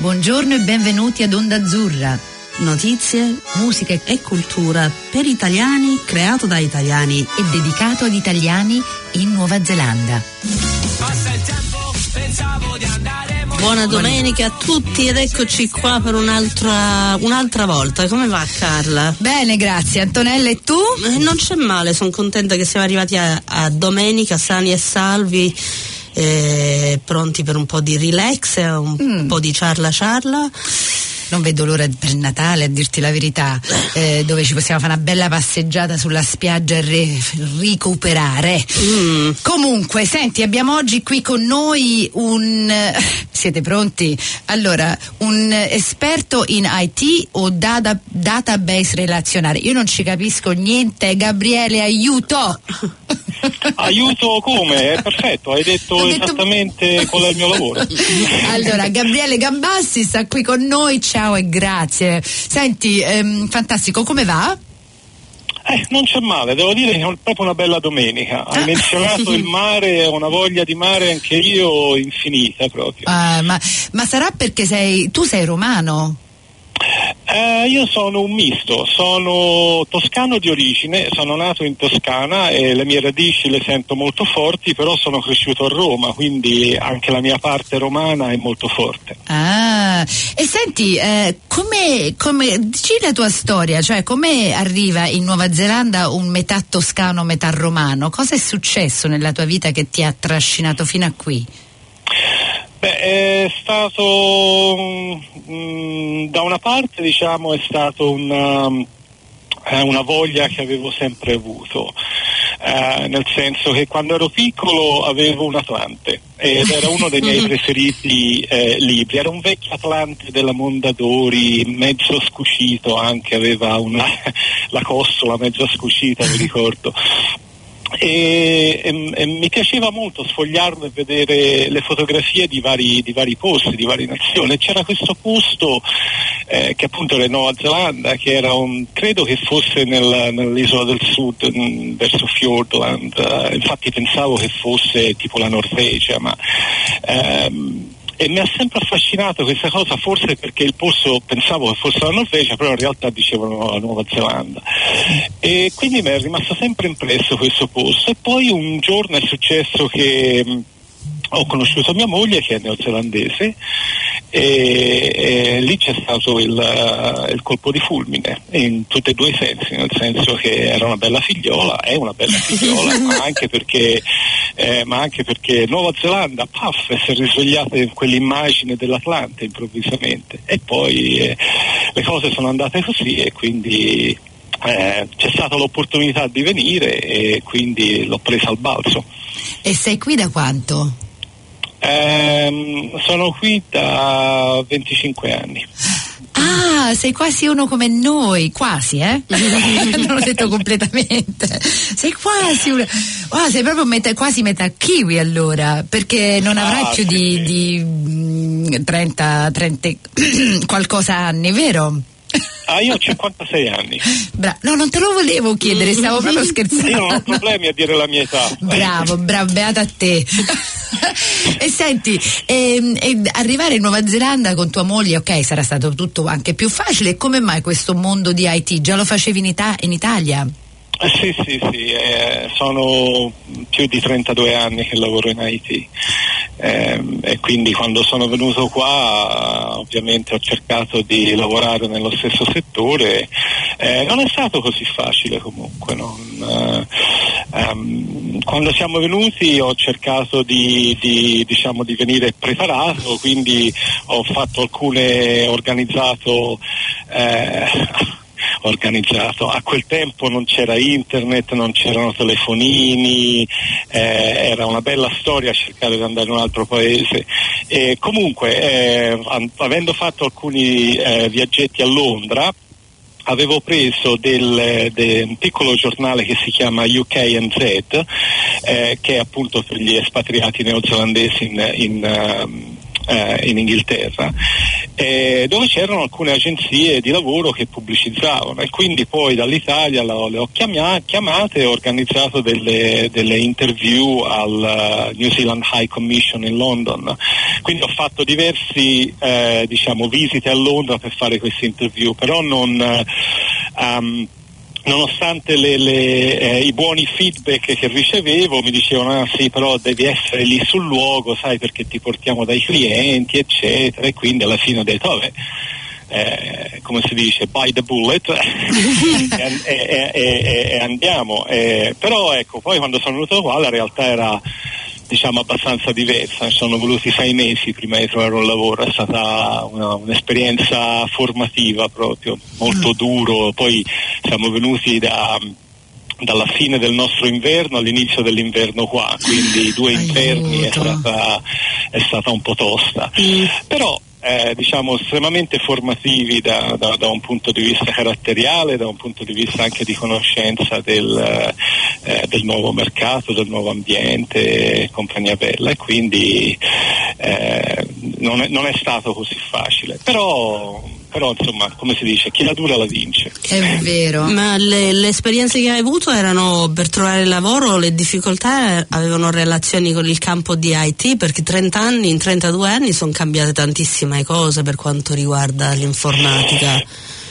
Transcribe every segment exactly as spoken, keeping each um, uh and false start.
Buongiorno e benvenuti ad Onda Azzurra. Notizie, musica e cultura per italiani, creato da italiani e dedicato ad italiani in Nuova Zelanda. Passa il tempo, pensavo di andare. Buona domenica a tutti ed eccoci qua per un'altra un'altra volta. Come va, Carla? Bene, grazie. Antonella, e tu? Eh, non c'è male, sono contenta che siamo arrivati a, a domenica sani e salvi, eh, pronti per un po' di relax, un mm. po' di ciarla ciarla. Non vedo l'ora per Natale, a dirti la verità, eh, dove ci possiamo fare una bella passeggiata sulla spiaggia e re- recuperare. Mm. Comunque, senti, abbiamo oggi qui con noi un... Siete pronti? Allora, un esperto in I T o data, database relazionale. Io non ci capisco niente. Gabriele, aiuto! Aiuto come? È perfetto, hai detto, detto esattamente qual è il mio lavoro. Allora, Gabriele Gambassi sta qui con noi, ciao e grazie. Senti, ehm, fantastico, come va? Eh, non c'è male, devo dire che è proprio una bella domenica. Hai menzionato il mare, ho una voglia di mare anche io infinita proprio. Ah, ma, ma sarà perché sei tu sei romano? Eh, io sono un misto, sono toscano di origine, sono nato in Toscana e le mie radici le sento molto forti, però sono cresciuto a Roma, quindi anche la mia parte romana è molto forte. Ah, e senti, eh, come, come dici la tua storia, cioè come arriva in Nuova Zelanda un metà toscano, metà romano? Cosa è successo nella tua vita che ti ha trascinato fino a qui? Beh, è stato mh, da una parte, diciamo, è stato una, una voglia che avevo sempre avuto, eh, nel senso che quando ero piccolo avevo un Atlante ed era uno dei miei preferiti eh, libri, era un vecchio Atlante della Mondadori, mezzo scucito anche, aveva una, la costola mezzo scucita, mi ricordo. E, e, e mi piaceva molto sfogliarlo e vedere le fotografie di vari, di vari posti, di varie nazioni. C'era questo posto eh, che appunto era in Nuova Zelanda, che era un, credo che fosse nel, nell'isola del sud, mh, verso Fiordland, uh, infatti pensavo che fosse tipo la Norvegia, ma ehm, e mi ha sempre affascinato questa cosa, forse perché il posto pensavo che fosse la Norvegia, però in realtà dicevano la Nuova Zelanda, e quindi mi è rimasto sempre impresso questo posto. E poi un giorno è successo che mh, ho conosciuto mia moglie, che è neozelandese, e, e lì c'è stato il, uh, il colpo di fulmine in tutti e due i sensi, nel senso che era una bella figliola, è una bella figliola, ma anche perché eh, ma anche perché Nuova Zelanda, paf, si è risvegliata in quell'immagine dell'Atlante improvvisamente, e poi eh, le cose sono andate così, e quindi eh, c'è stata l'opportunità di venire e quindi l'ho presa al balzo. E sei qui da quanto? Eh, sono qui da venticinque anni. Ah, sei quasi uno come noi, quasi, eh? Non l'ho detto completamente. Sei quasi uno. Oh, sei proprio metà, quasi metà kiwi allora, perché non avrai ah, più sì, di, sì. di trenta, trenta qualcosa anni, vero? Ah, io ho cinquantasei anni. Bra- no, non te lo volevo chiedere, stavo proprio scherzando. Io non ho problemi a dire la mia età. Bravo, bravo, beata a te. E senti, ehm, e arrivare in Nuova Zelanda con tua moglie, ok, sarà stato tutto anche più facile. Come mai questo mondo di I T? Già lo facevi in, Ita- in Italia? Eh, sì, sì, sì, eh, sono più di trentadue anni che lavoro in I T. Eh, e quindi quando sono venuto qua ovviamente ho cercato di lavorare nello stesso settore, eh, non è stato così facile comunque, non, eh, um, quando siamo venuti ho cercato di, di, diciamo, di venire preparato, quindi ho fatto alcune, organizzato eh, organizzato. A quel tempo non c'era internet, non c'erano telefonini, eh, era una bella storia cercare di andare in un altro paese. E comunque, eh, avendo fatto alcuni eh, viaggetti a Londra, avevo preso del, de, un piccolo giornale che si chiama U K N Z, eh, che è appunto per gli espatriati neozelandesi in, in um, Uh, in Inghilterra, eh, dove c'erano alcune agenzie di lavoro che pubblicizzavano, e quindi poi dall'Italia le ho, le ho chiamia, chiamate e ho organizzato delle, delle interview al uh, New Zealand High Commission in London. Quindi ho fatto diversi eh, diciamo visite a Londra per fare queste interview, però non uh, um, nonostante le, le, eh, i buoni feedback che ricevevo, mi dicevano ah sì, però devi essere lì sul luogo, sai, perché ti portiamo dai clienti eccetera, e quindi alla fine ho detto vabbè, eh, come si dice, bite the bullet e, e, e, e, e andiamo, eh, però ecco, poi quando sono venuto qua la realtà era, diciamo, abbastanza diversa. Sono voluti sei mesi prima di trovare un lavoro, è stata una, un'esperienza formativa proprio, molto duro. Poi siamo venuti da dalla fine del nostro inverno all'inizio dell'inverno qua, quindi due inverni è stata, è stata un po' tosta, mm. però Eh, diciamo estremamente formativi da, da, da un punto di vista caratteriale, da un punto di vista anche di conoscenza del, eh, del nuovo mercato, del nuovo ambiente e compagnia bella, e quindi eh, non, è, non è stato così facile, però però insomma, come si dice, chi la dura la vince. È vero. Ma le, le esperienze che hai avuto erano per trovare lavoro, le difficoltà avevano relazioni con il campo di I T, perché trenta anni, in trentadue anni sono cambiate tantissime cose per quanto riguarda l'informatica.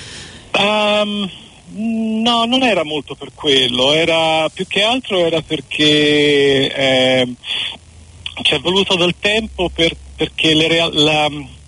Um, no, non era molto per quello, era più che altro era perché eh, ci è voluto del tempo per, perché le real, la,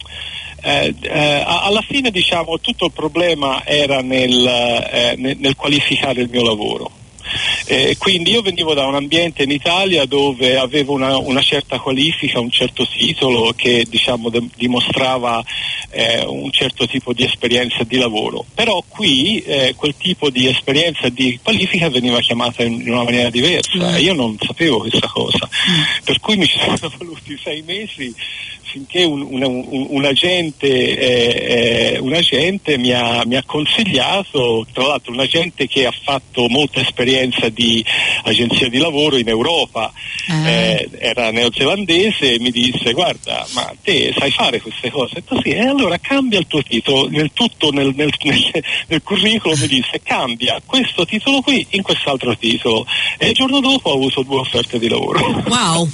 Eh, eh, alla fine, diciamo, tutto il problema era nel, eh, nel, nel qualificare il mio lavoro. Eh, quindi io venivo da un ambiente in Italia dove avevo una, una certa qualifica, un certo titolo che, diciamo, de- dimostrava eh, un certo tipo di esperienza di voluto, però qui eh, quel tipo di esperienza di qualifica veniva chiamata in, in una maniera diversa, mm. e io non sapevo questa cosa, mm. per cui mi ci sono voluti sei mesi finché un, un, un, un agente eh, eh, un agente mi ha, mi ha consigliato, tra l'altro un agente che ha fatto molta esperienza di agenzia di lavoro in Europa, uh-huh. eh, era neozelandese, e mi disse guarda, ma te sai fare queste cose? E così, e allora cambia il tuo titolo, nel tutto nel, nel, nel, nel curriculum mi disse cambia questo titolo qui in quest'altro titolo, e il giorno dopo ho avuto due offerte di lavoro. Wow,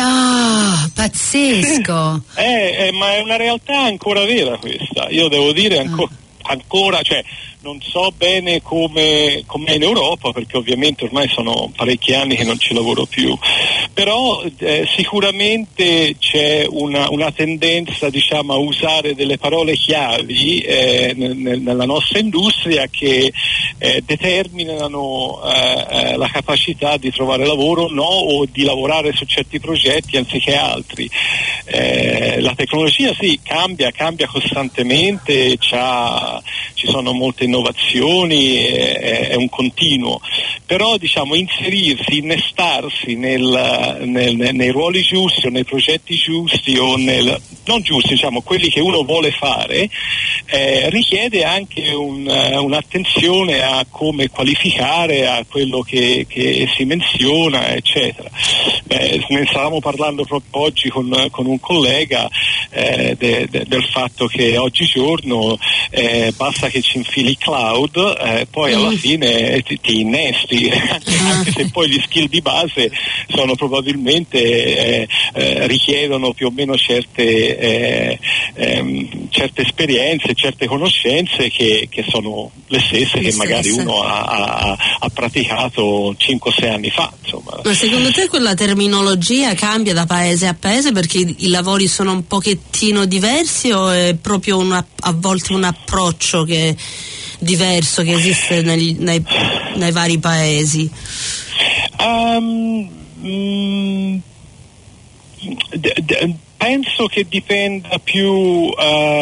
no, pazzesco. Eh, eh, ma è una realtà ancora vera questa, io devo dire ancora, ancora cioè non so bene come com'è in Europa, perché ovviamente ormai sono parecchi anni che non ci lavoro più, però eh, sicuramente c'è una, una tendenza, diciamo, a usare delle parole chiavi eh, nel, nella nostra industria che eh, determinano eh, la capacità di trovare lavoro, no, o di lavorare su certi progetti anziché altri. Eh, la tecnologia sì, cambia, cambia costantemente, c'ha, ci sono molte innovazioni, è, è un continuo, però, diciamo, inserirsi, innestarsi nel, nel, nei ruoli giusti o nei progetti giusti o nel, non giusti, diciamo, quelli che uno vuole fare, eh, richiede anche un, uh, un'attenzione a come qualificare, a quello che, che si menziona, eccetera. Beh, ne stavamo parlando proprio oggi con, con un collega eh, de, de, del fatto che oggigiorno eh, basta che ci infili cloud, eh, poi alla mm. fine ti, ti innesti, anche se poi gli skill di base sono probabilmente eh, eh, richiedono più o meno certe eh, ehm, certe esperienze, certe conoscenze che, che sono le stesse che magari uno ha, ha, ha praticato cinque sei anni fa, insomma. Ma secondo te quella terminologia cambia da paese a paese perché i, i lavori sono un pochettino diversi, o è proprio una, a volte un approccio che diverso che esiste nei, nei, nei vari paesi? Um, mm, d- d- penso che dipenda più uh,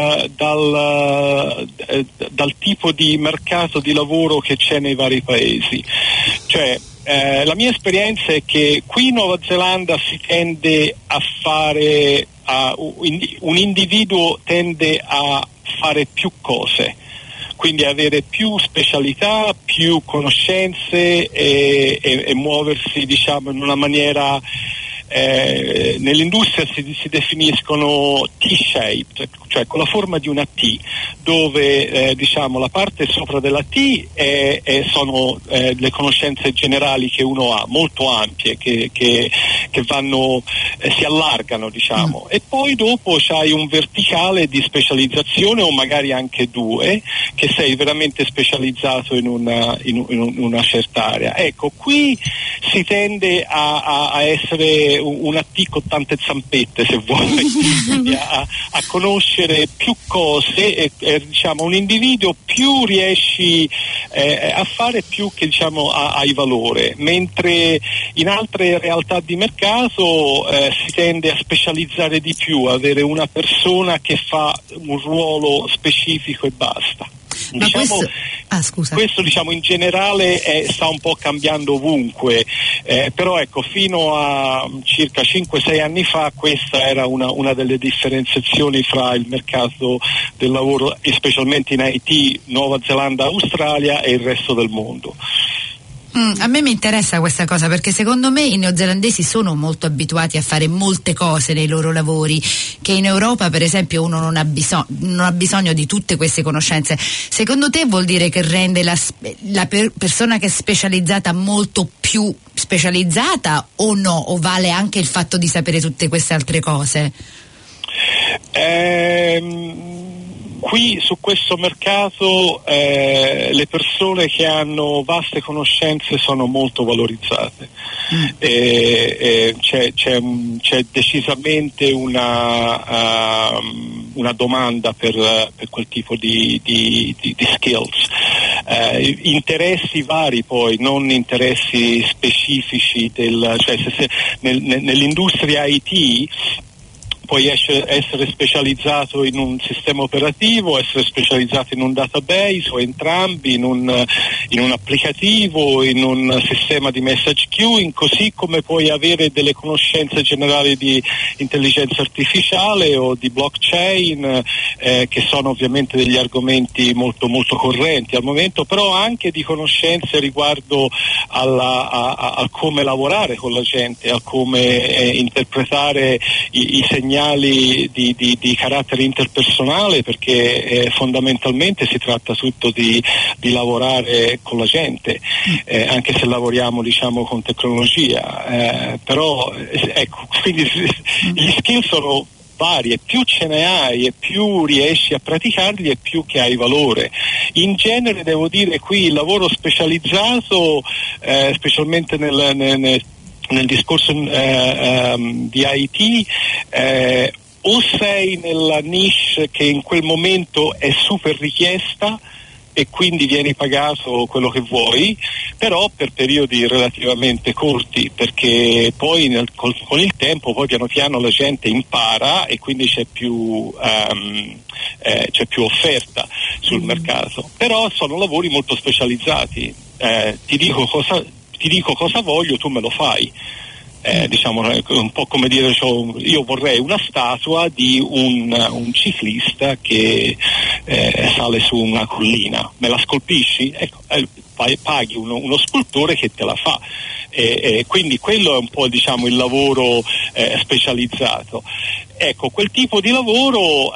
dal, uh, dal tipo di mercato di lavoro che c'è nei vari paesi. Cioè, eh, la mia esperienza è che qui in Nuova Zelanda si tende a fare, uh, un individuo tende a fare più cose, quindi avere più specialità, più conoscenze e, e, e muoversi, diciamo, in una maniera eh, nell'industria si, si definiscono T-shaped, cioè con la forma di una T, dove eh, diciamo la parte sopra della T è, è, sono eh, le conoscenze generali che uno ha, molto ampie, che, che, che vanno, eh, si allargano, diciamo, mm. e poi dopo c'hai un verticale di specializzazione, o magari anche due, che sei veramente specializzato in una, in, in una certa area. Ecco, qui si tende a, a, a essere una T con tante zampette, se vuoi, a, a conoscere più cose, e, e diciamo un individuo più riesci eh, a fare, più che diciamo ha, hai valore, mentre in altre realtà di mercato eh, si tende a specializzare di più, avere una persona che fa un ruolo specifico e basta. Ma diciamo, questo... Ah, scusa. questo diciamo in generale è, sta un po' cambiando ovunque, eh, però ecco, fino a circa cinque sei anni fa questa era una, una delle differenziazioni fra il mercato del lavoro, specialmente in I T, Nuova Zelanda, Australia e il resto del mondo. Mm, a me mi interessa questa cosa, perché secondo me i neozelandesi sono molto abituati a fare molte cose nei loro lavori, che in Europa per esempio uno non ha, bisog- non ha bisogno di tutte queste conoscenze. Secondo te vuol dire che rende la, la per- persona che è specializzata molto più specializzata, o no? O vale anche il fatto di sapere tutte queste altre cose? Ehm... Qui su questo mercato eh, le persone che hanno vaste conoscenze sono molto valorizzate. Mm. E, e c'è, c'è, c'è decisamente una, uh, una domanda per, per quel tipo di, di, di, di skills. Eh, interessi vari poi, non interessi specifici, del, cioè se, se, nel, nell'industria I T puoi essere specializzato in un sistema operativo, essere specializzato in un database, o entrambi, in un, in un applicativo, in un sistema di message queuing, così come puoi avere delle conoscenze generali di intelligenza artificiale o di blockchain, eh, che sono ovviamente degli argomenti molto molto correnti al momento, però anche di conoscenze riguardo alla, a, a, a come lavorare con la gente, a come eh, interpretare i, i segnali Di, di, di carattere interpersonale, perché eh, fondamentalmente si tratta tutto di, di lavorare con la gente, eh, anche se lavoriamo diciamo con tecnologia, eh, però eh, ecco, quindi gli skill sono vari, e più ce ne hai e più riesci a praticarli e più che hai valore. In genere devo dire qui il lavoro specializzato, eh, specialmente nel, nel, nel nel discorso eh, um, di I T, eh, o sei nella niche che in quel momento è super richiesta e quindi vieni pagato quello che vuoi, però per periodi relativamente corti, perché poi nel, col, con il tempo poi piano piano la gente impara e quindi c'è più um, eh, c'è più offerta sul mm. mercato, però sono lavori molto specializzati. Eh, ti dico cosa ti dico cosa voglio, tu me lo fai. Eh, diciamo un po' come dire, io vorrei una statua di un, un ciclista che eh, sale su una collina, me la scolpisci? Ecco, eh, paghi uno, uno scultore che te la fa. E, e quindi quello è un po' diciamo il lavoro eh, specializzato. Ecco, quel tipo di lavoro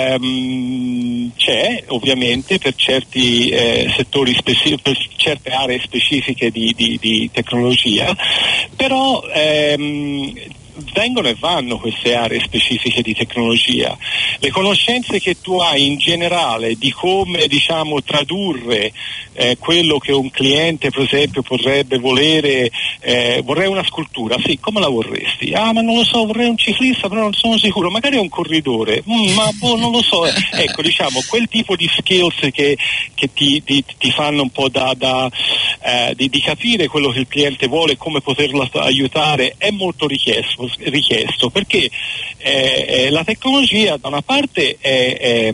ehm, c'è ovviamente per certi eh, settori specifici, per certe aree specifiche di, di, di tecnologia, però ehm, vengono e vanno queste aree specifiche di tecnologia. Le conoscenze che tu hai in generale di come diciamo tradurre eh, quello che un cliente per esempio potrebbe volere, eh, vorrei una scultura, sì, come la vorresti? Ah, ma non lo so, vorrei un ciclista, però non sono sicuro, magari è un corridore, mm, ma boh, non lo so. Ecco, diciamo quel tipo di skills che, che ti, ti, ti fanno un po' da, da eh, di, di capire quello che il cliente vuole, come poterlo aiutare, è molto richiesto richiesto perché eh, la tecnologia da una parte è, è,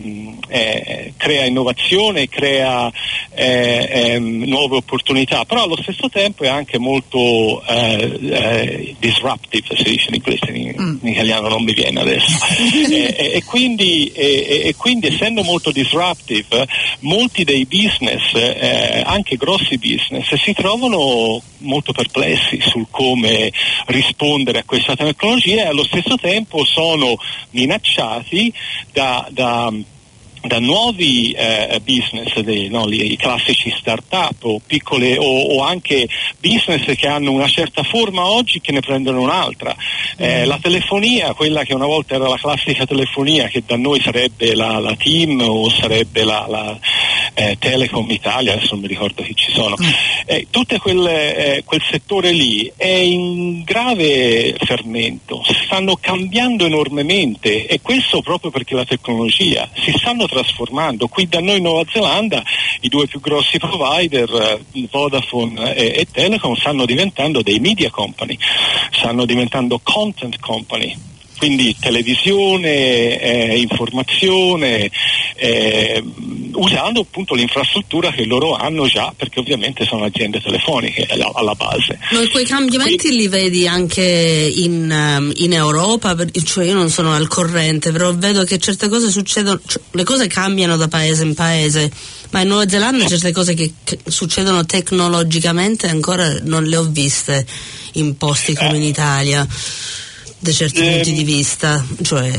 eh, crea innovazione, crea eh, eh, nuove opportunità, però allo stesso tempo è anche molto eh, eh, disruptive, si dice in inglese, in, in italiano non mi viene adesso, e, e, e, quindi, e, e quindi essendo molto disruptive, molti dei business, eh, anche grossi business, si trovano molto perplessi sul come rispondere a questa tecnologia, e allo stesso tempo sono minacciati da, da da nuovi eh, business, dei, no, i classici start-up o piccole o, o anche business che hanno una certa forma oggi che ne prendono un'altra. Eh, la telefonia, quella che una volta era la classica telefonia, che da noi sarebbe la, la TIM o sarebbe la, la eh, Telecom Italia, adesso non mi ricordo chi ci sono, eh, tutto quel, eh, quel settore lì è in grave fermento, stanno cambiando enormemente, e questo proprio perché la tecnologia si stanno trasformando. Qui da noi in Nuova Zelanda i due più grossi provider, Vodafone e, e Telecom, stanno diventando dei media company, stanno diventando content company, quindi televisione, eh, informazione, eh, usando appunto l'infrastruttura che loro hanno già, perché ovviamente sono aziende telefoniche alla, alla base. Ma quei cambiamenti quindi li vedi anche in, in Europa? Cioè, io non sono al corrente, però vedo che certe cose succedono, cioè, le cose cambiano da paese in paese, ma in Nuova Zelanda certe cose che, che succedono tecnologicamente ancora non le ho viste in posti come in Italia, da certi eh, punti di vista, cioè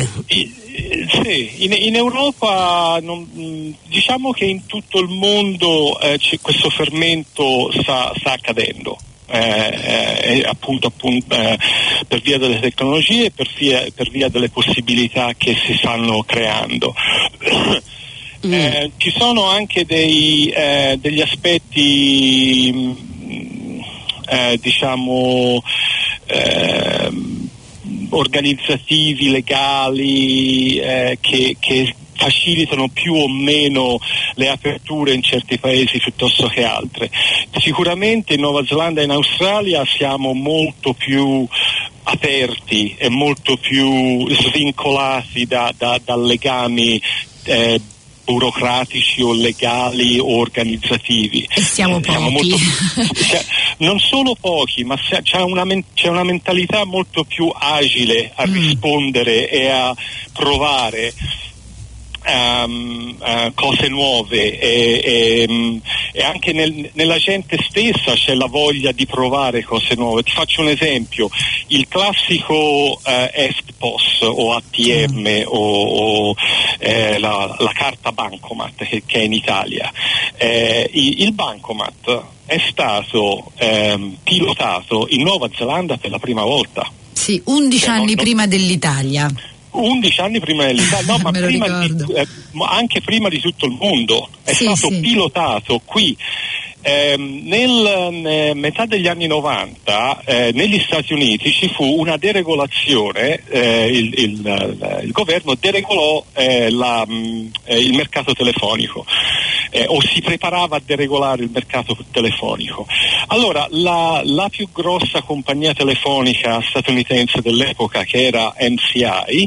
sì, in, in Europa non, diciamo che in tutto il mondo eh, questo fermento sta, sta accadendo. Eh, eh, appunto, appunto eh, per via delle tecnologie e per via, per via delle possibilità che si stanno creando. Mm. Eh, ci sono anche dei, eh, degli aspetti mh, eh, diciamo eh, organizzativi, legali, eh, che, che facilitano più o meno le aperture in certi paesi piuttosto che altre. Sicuramente in Nuova Zelanda e in Australia siamo molto più aperti e molto più svincolati da, da, da legami eh, burocratici o legali o organizzativi. E siamo pochi. Siamo molto, cioè, non solo pochi, ma c'è una, c'è una mentalità molto più agile a mm. rispondere e a provare Um, uh, cose nuove, e, e, e anche nel, nella gente stessa c'è la voglia di provare cose nuove. Ti faccio un esempio: il classico uh, EFTPOS o A T M mm. o, o eh, la, la carta Bancomat che, che è in Italia. Eh, il, il Bancomat è stato ehm, pilotato in Nuova Zelanda per la prima volta. Sì, undici cioè, anni non, prima dell'Italia. undici anni prima dell'Italia, no, ma prima di, eh, anche prima di tutto il mondo è sì, stato sì. pilotato qui. Eh, nel ne, metà degli anni novanta eh, negli Stati Uniti ci fu una deregolazione, eh, il, il, il governo deregolò eh, la, mh, eh, il mercato telefonico, eh, o si preparava a deregolare il mercato telefonico. Allora la, la più grossa compagnia telefonica statunitense dell'epoca, che era M C I,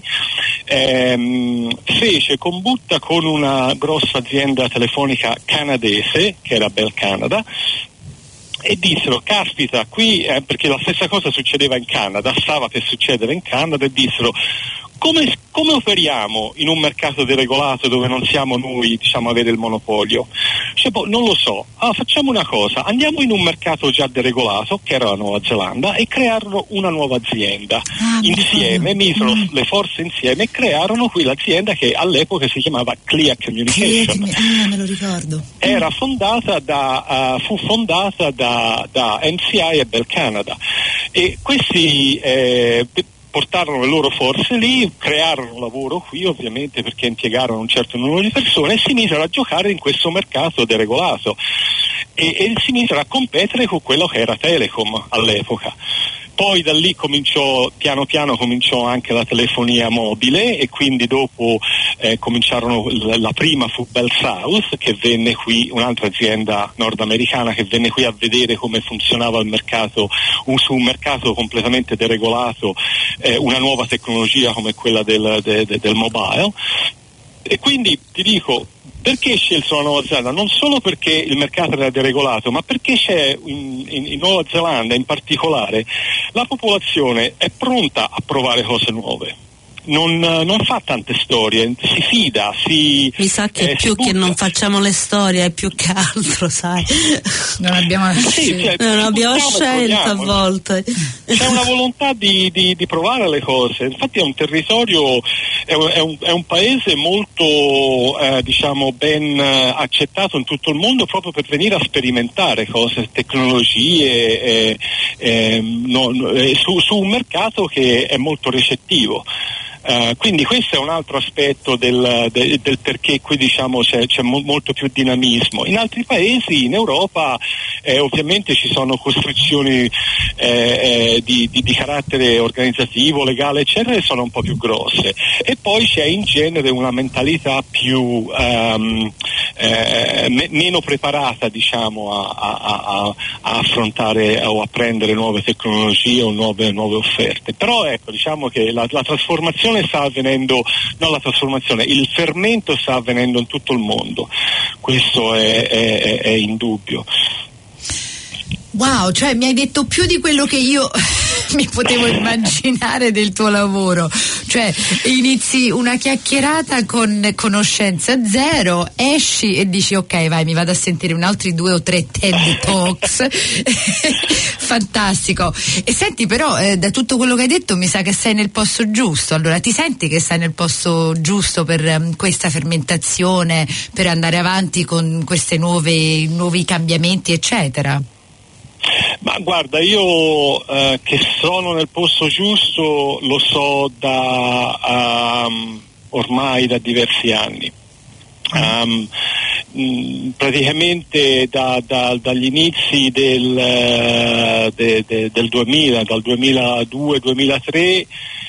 ehm, fece combutta con una grossa azienda telefonica canadese che era Bell Canada, e dissero: caspita, qui eh, perché la stessa cosa succedeva in Canada, stava per succedere in Canada, e dissero: come, come operiamo in un mercato deregolato dove non siamo noi, diciamo, avere il monopolio? Cioè, boh, non lo so, ah, facciamo una cosa, andiamo in un mercato già deregolato, che era la Nuova Zelanda, e crearono una nuova azienda. Ah, insieme, misero mm. le forze insieme e crearono qui l'azienda che all'epoca si chiamava Clear Communication. Ah, me lo ricordo. Era fondata da, uh, fu fondata da, da M C I e Bell Canada, e questi eh, portarono le loro forze lì, crearono lavoro qui ovviamente perché impiegarono un certo numero di persone, e si misero a giocare in questo mercato deregolato e, e si misero a competere con quello che era Telecom all'epoca. Poi da lì cominciò, piano piano cominciò anche la telefonia mobile, e quindi dopo eh, cominciarono, la, la prima fu Bell South, che venne qui, un'altra azienda nordamericana che venne qui a vedere come funzionava il mercato, un, su un mercato completamente deregolato, eh, una nuova tecnologia come quella del, de, de, del mobile. e quindi ti dico, perché scelto la Nuova Zelanda? Non solo perché il mercato era deregolato, ma perché c'è in, in, in Nuova Zelanda in particolare la popolazione è pronta a provare cose nuove. Non, non fa tante storie, si fida, si... Mi sa che eh, più che non facciamo le storie è più che altro, sai. Non abbiamo sì, cioè, non abbiamo scelta a volte. C'è una volontà di, di, di provare le cose, infatti è un territorio, è un, è un, è un paese molto eh, diciamo ben accettato in tutto il mondo proprio per venire a sperimentare cose, tecnologie eh, eh, no, eh, su, su un mercato che è molto recettivo. Uh, quindi questo è un altro aspetto del, del, del perché qui diciamo c'è, c'è mo- molto più dinamismo. In altri paesi, in Europa, eh, ovviamente ci sono costrizioni eh, eh, di, di, di carattere organizzativo, legale, eccetera, che sono un po' più grosse. E poi c'è in genere una mentalità più um, eh, me- meno preparata, diciamo, a, a, a, a affrontare o a prendere nuove tecnologie o nuove, nuove offerte. Però ecco, diciamo che la, la trasformazione sta avvenendo, non la trasformazione, il fermento sta avvenendo in tutto il mondo, questo è, è, è indubbio. Wow, cioè mi hai detto più di quello che io mi potevo immaginare del tuo lavoro, cioè inizi una chiacchierata con conoscenza zero, esci e dici ok vai, mi vado a sentire un altri due o tre TED Talks. Fantastico. E senti però eh, da tutto quello che hai detto mi sa che sei nel posto giusto, allora ti senti che sei nel posto giusto per um, questa fermentazione, per andare avanti con questi nuovi cambiamenti eccetera? Ma guarda, io eh, che sono nel posto giusto lo so da um, ormai da diversi anni. Um, mh, praticamente da, da, dagli inizi del, de, de, del duemila, dal duemiladue duemilatré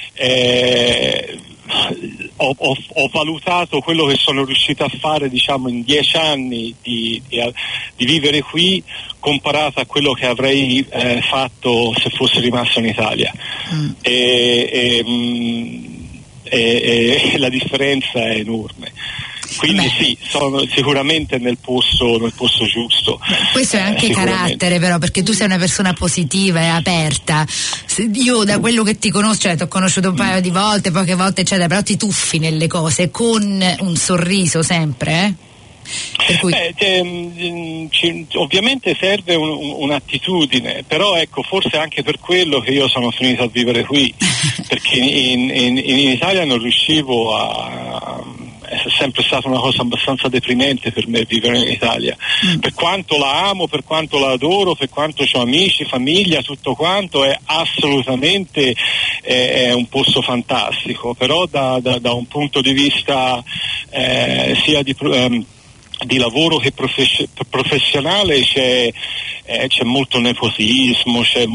eh, Ho, ho, ho valutato quello che sono riuscito a fare diciamo in dieci anni di, di, di vivere qui comparato a quello che avrei eh, fatto se fossi rimasto in Italia mm. e, e, mh, e, e la differenza è enorme. Quindi Beh. sì, sono sicuramente nel posto, nel posto giusto. Questo è anche eh, carattere però, perché tu sei una persona positiva e aperta. Io da quello che ti conosco, cioè ti ho conosciuto un paio di volte, poche volte eccetera, però ti tuffi nelle cose con un sorriso sempre, eh? Per cui... Beh, cioè, ci, ovviamente serve un, un, un'attitudine, però ecco forse anche per quello che io sono finito a vivere qui, perché in, in, in Italia non riuscivo a... è sempre stata una cosa abbastanza deprimente per me vivere in Italia, mm. per quanto la amo, per quanto la adoro, per quanto ho amici, famiglia, tutto quanto è assolutamente è, è un posto fantastico, però da, da, da un punto di vista eh, sia di um, di lavoro che profes- professionale c'è, eh, c'è molto nepotismo, c'è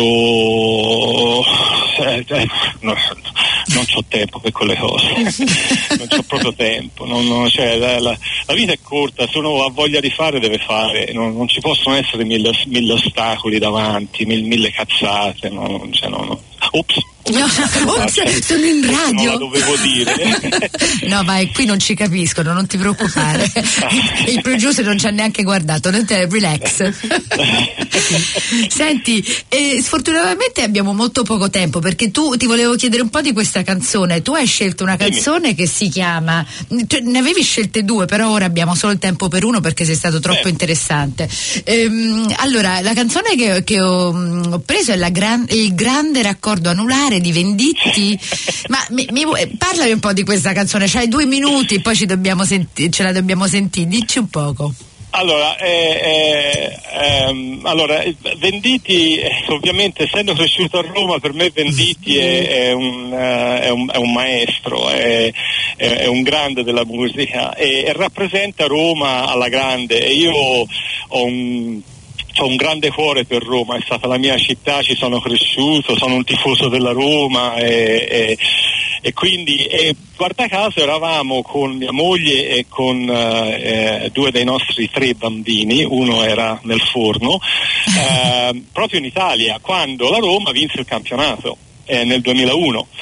molto eh, eh, no, non c'ho tempo per quelle cose non c'ho proprio tempo non, non, cioè, la, la, la vita è corta, se uno ha voglia di fare deve fare, non, non ci possono essere mille, mille ostacoli davanti, mille, mille cazzate, no, non, cioè, no, no. Ops, no, ops, sono in radio. Non la dovevo dire. No, vai, qui non ci capiscono, non ti preoccupare. Il producer non ci ha neanche guardato, non te, relax. Senti, eh, sfortunatamente abbiamo molto poco tempo, perché tu ti volevo chiedere un po' di questa canzone. Tu hai scelto una canzone Dimmi. che si chiama, cioè, ne avevi scelte due, però ora abbiamo solo il tempo per uno perché sei stato troppo Beh. interessante. Ehm, allora, la canzone che, che ho, ho preso è la gran, il grande raccordo anulare di Venditti. Ma mi, mi, parlami un po' di questa canzone, c'hai due minuti, poi ci dobbiamo senti- ce la dobbiamo sentire, dici un poco. Allora, eh, eh, ehm, allora Venditti, eh, ovviamente essendo cresciuto a Roma, per me Venditti è, è, un, uh, è, un, è un maestro, è, è, è un grande della musica e, e rappresenta Roma alla grande. E io ho un ho un grande cuore per Roma, è stata la mia città, ci sono cresciuto, sono un tifoso della Roma e, e, e quindi e, guarda caso eravamo con mia moglie e con eh, due dei nostri tre bambini, uno era nel forno, eh, proprio in Italia, quando la Roma vinse il campionato. Eh, nel duemilauno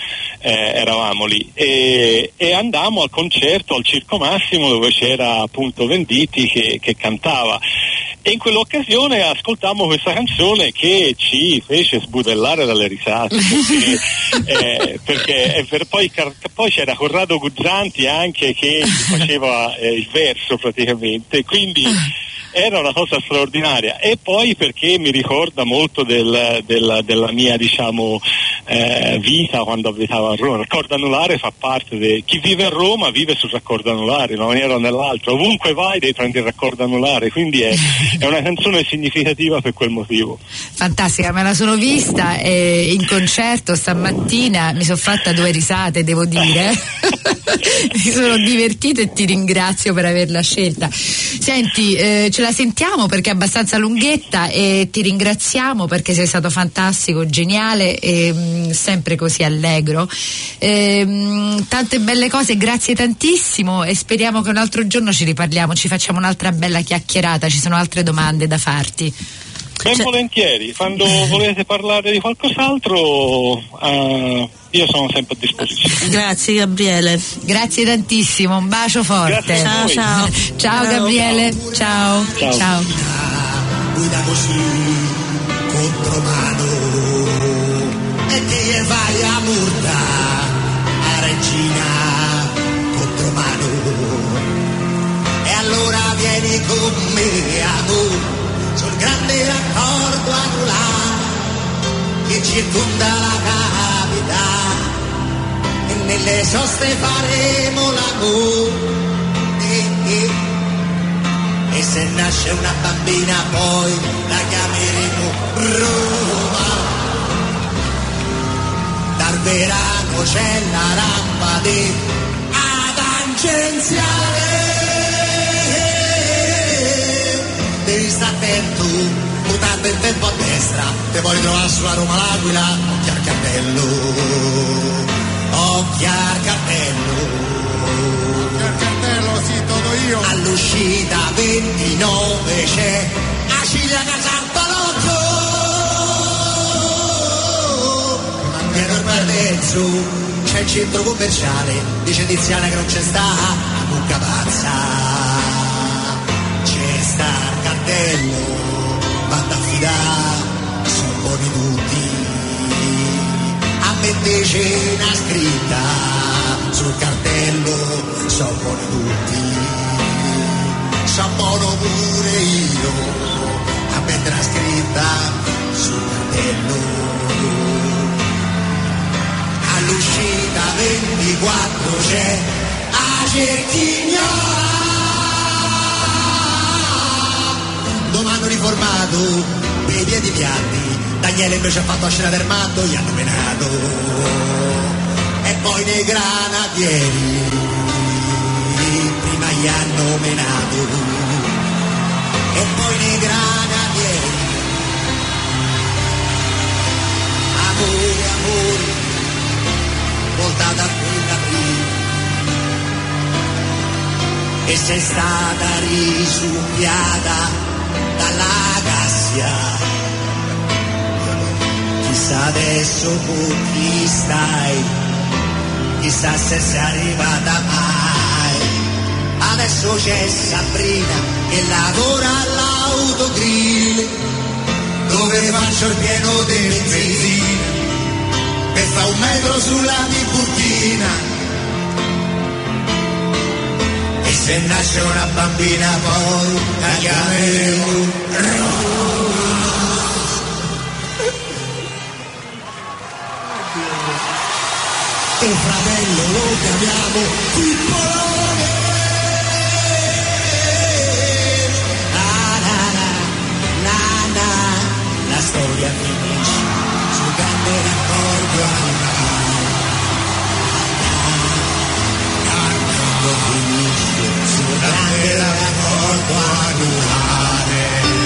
eh, eravamo lì e, e andammo al concerto al Circo Massimo, dove c'era appunto Venditti che, che cantava, e in quell'occasione ascoltammo questa canzone che ci fece sbudellare dalle risate, perché, eh, perché eh, per poi, poi c'era Corrado Guzzanti anche che faceva eh, il verso praticamente, quindi era una cosa straordinaria. E poi perché mi ricorda molto del, del, della mia, diciamo, eh, vita quando abitavo a Roma. Il raccordo anulare fa parte di chi vive a Roma, vive sul raccordo anulare in una maniera o nell'altra, ovunque vai devi prendere il raccordo anulare, quindi è, è una canzone significativa per quel motivo. Fantastica, me la sono vista eh, in concerto stamattina, mi sono fatta due risate, devo dire. Mi sono divertita e ti ringrazio per averla scelta. Senti, eh, ce la sentiamo perché è abbastanza lunghetta e ti ringraziamo perché sei stato fantastico, geniale e mh, sempre così allegro. E, mh, tante belle cose, grazie tantissimo e speriamo che un altro giorno ci riparliamo, ci facciamo un'altra bella chiacchierata, ci sono altre domande da farti. Ben Cioè... volentieri, quando volete parlare di qualcos'altro uh, io sono sempre a disposizione. Grazie Gabriele. Grazie tantissimo, un bacio forte. Ciao, ciao. Ciao, ciao Gabriele, ciao. Ciao. Ciao. Guida così contromano e che vai a Murta, a Regina contromano, e allora vieni con me amore sul grande raccordo anulare che circonda la capitale, e nelle soste faremo l'amore e, e, e se nasce una bambina poi la chiameremo Roma. Dal verano c'è la rampa di Adangenziale, devi stare attento, mutando il tempo a destra, te vuoi trovare sulla Roma l'Aquila, occhi al cartello, occhi al cartello, occhi al cartello, sì, todo io. All'uscita ventinove c'è Acilia Casarpalocco, dietro il Bardezzo c'è il centro commerciale, dice Tiziana che non c'è sta a Mucca Pazza. Sta il cartello, vado a fidare, sono buoni tutti, a me c'è una scritta, sul cartello, sono buoni tutti, sono buono pure io, a me una scritta, sul cartello, all'uscita ventiquattro c'è a Cerchignola. Domani riformato per i piedi piatti, Daniele invece ha fatto la scena del matto, gli hanno menato, e poi nei granatieri prima gli hanno menato, e poi nei granatieri amore, amore, voltata a quella prima, e sei stata risucchiata dalla galassia, chissà adesso con chi stai, chissà se sei arrivata mai. Adesso c'è Sabrina che lavora all'autogrill, dove faccio il pieno di benzina per fa un metro sulla Tiburtina. E se nasce una bambina poi la chiameremo Roma. Tuo fratello lo chiamiamo Pippolone. La la la, la la, la storia finisce sul grande raccordo anulare. Quando finisce sul grande raccordo anulare.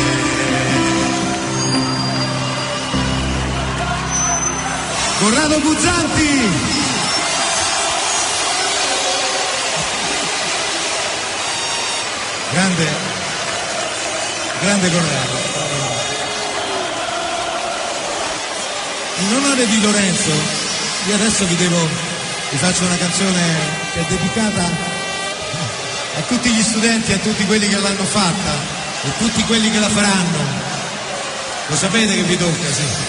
Corrado Guzzanti. Grande, grande Corrado. In onore di Lorenzo Io adesso vi devo, vi faccio una canzone che è dedicata a tutti gli studenti, a tutti quelli che l'hanno fatta e tutti quelli che la faranno. Lo sapete che vi tocca, sì.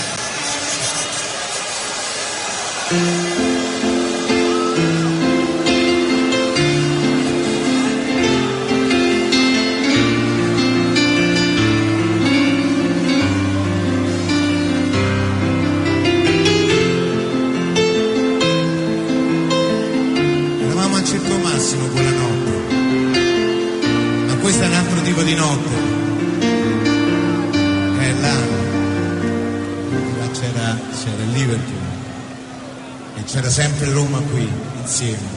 Circo Massimo quella notte, ma questo è un altro tipo di notte, è là, là c'era, c'era il Liverpool e c'era sempre Roma qui insieme.